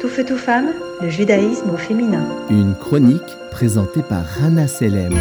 Tout feu, tout femme, le judaïsme au féminin. Une chronique présentée par Rana Selem.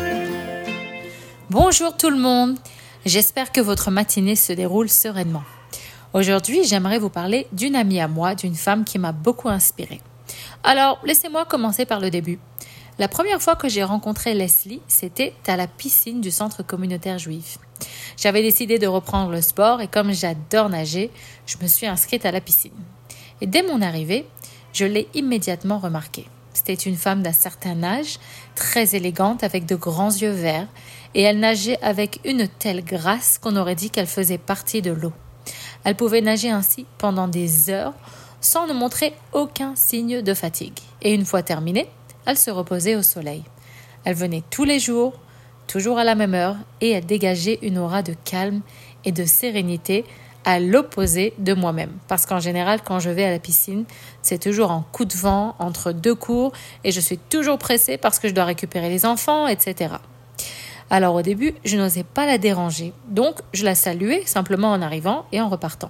Bonjour tout le monde, j'espère que votre matinée se déroule sereinement. Aujourd'hui, j'aimerais vous parler d'une amie à moi, d'une femme qui m'a beaucoup inspirée. Alors, laissez-moi commencer par le début. La première fois que j'ai rencontré Leslie, c'était à la piscine du centre communautaire juif. J'avais décidé de reprendre le sport et comme j'adore nager, je me suis inscrite à la piscine. Et dès mon arrivée, je l'ai immédiatement remarquée. C'était une femme d'un certain âge, très élégante, avec de grands yeux verts, et elle nageait avec une telle grâce qu'on aurait dit qu'elle faisait partie de l'eau. Elle pouvait nager ainsi pendant des heures, sans ne montrer aucun signe de fatigue. Et une fois terminée, elle se reposait au soleil. Elle venait tous les jours, toujours à la même heure, et elle dégageait une aura de calme et de sérénité, à l'opposé de moi-même. Parce qu'en général, quand je vais à la piscine, c'est toujours en coup de vent, entre deux cours, et je suis toujours pressée parce que je dois récupérer les enfants, etc. Alors au début, je n'osais pas la déranger, donc je la saluais simplement en arrivant et en repartant.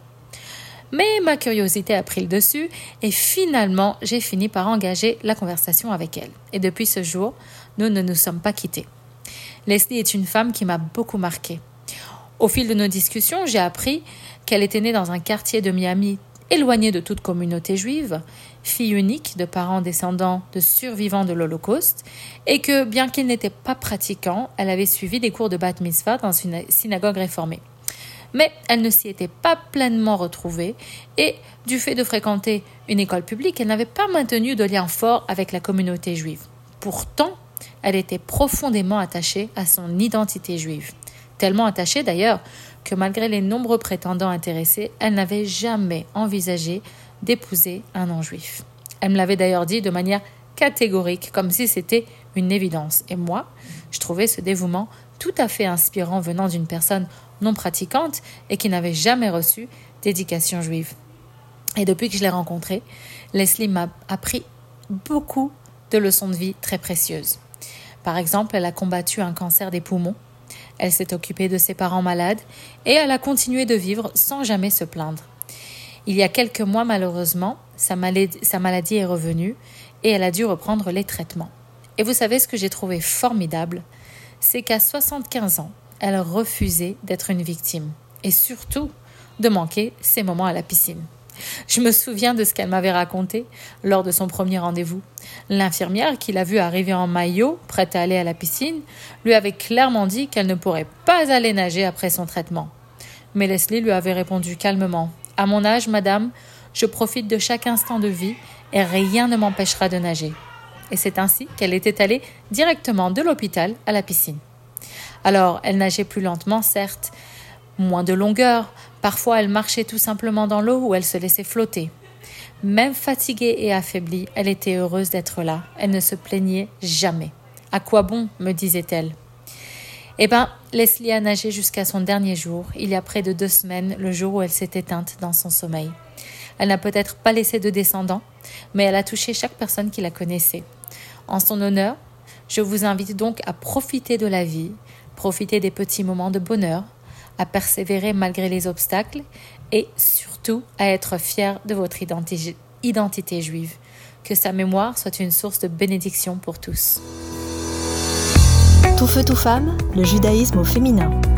Mais ma curiosité a pris le dessus, et finalement, j'ai fini par engager la conversation avec elle. Et depuis ce jour, nous ne nous sommes pas quittés. Leslie est une femme qui m'a beaucoup marquée. Au fil de nos discussions, j'ai appris qu'elle était née dans un quartier de Miami éloigné de toute communauté juive, fille unique de parents descendants de survivants de l'Holocauste, et que, bien qu'il n'était pas pratiquant, elle avait suivi des cours de Bat Mitzvah dans une synagogue réformée. Mais elle ne s'y était pas pleinement retrouvée, et du fait de fréquenter une école publique, elle n'avait pas maintenu de lien fort avec la communauté juive. Pourtant, elle était profondément attachée à son identité juive. Tellement attachée d'ailleurs que malgré les nombreux prétendants intéressés, elle n'avait jamais envisagé d'épouser un non-juif. Elle me l'avait d'ailleurs dit de manière catégorique, comme si c'était une évidence. Et moi, je trouvais ce dévouement tout à fait inspirant venant d'une personne non pratiquante et qui n'avait jamais reçu d'éducation juive. Et depuis que je l'ai rencontrée, Leslie m'a appris beaucoup de leçons de vie très précieuses. Par exemple, elle a combattu un cancer des poumons. Elle s'est occupée de ses parents malades et elle a continué de vivre sans jamais se plaindre. Il y a quelques mois, malheureusement, sa maladie est revenue et elle a dû reprendre les traitements. Et vous savez ce que j'ai trouvé formidable, c'est qu'à 75 ans, elle refusait d'être une victime et surtout de manquer ses moments à la piscine. Je me souviens de ce qu'elle m'avait raconté lors de son premier rendez-vous. L'infirmière qui l'a vue arriver en maillot, prête à aller à la piscine, lui avait clairement dit qu'elle ne pourrait pas aller nager après son traitement. Mais Leslie lui avait répondu calmement « À mon âge, madame, je profite de chaque instant de vie et rien ne m'empêchera de nager. » Et c'est ainsi qu'elle était allée directement de l'hôpital à la piscine. Alors, elle nageait plus lentement, certes, moins de longueur. Parfois, elle marchait tout simplement dans l'eau ou elle se laissait flotter. Même fatiguée et affaiblie, elle était heureuse d'être là. Elle ne se plaignait jamais. « À quoi bon ?» me disait-elle. Leslie a nagé jusqu'à son dernier jour, il y a près de 2 semaines, le jour où elle s'est éteinte dans son sommeil. Elle n'a peut-être pas laissé de descendants, mais elle a touché chaque personne qui la connaissait. En son honneur, je vous invite donc à profiter de la vie, profiter des petits moments de bonheur, à persévérer malgré les obstacles et surtout à être fier de votre identité juive. Que sa mémoire soit une source de bénédiction pour tous. Tout feu, tout femme, le judaïsme au féminin.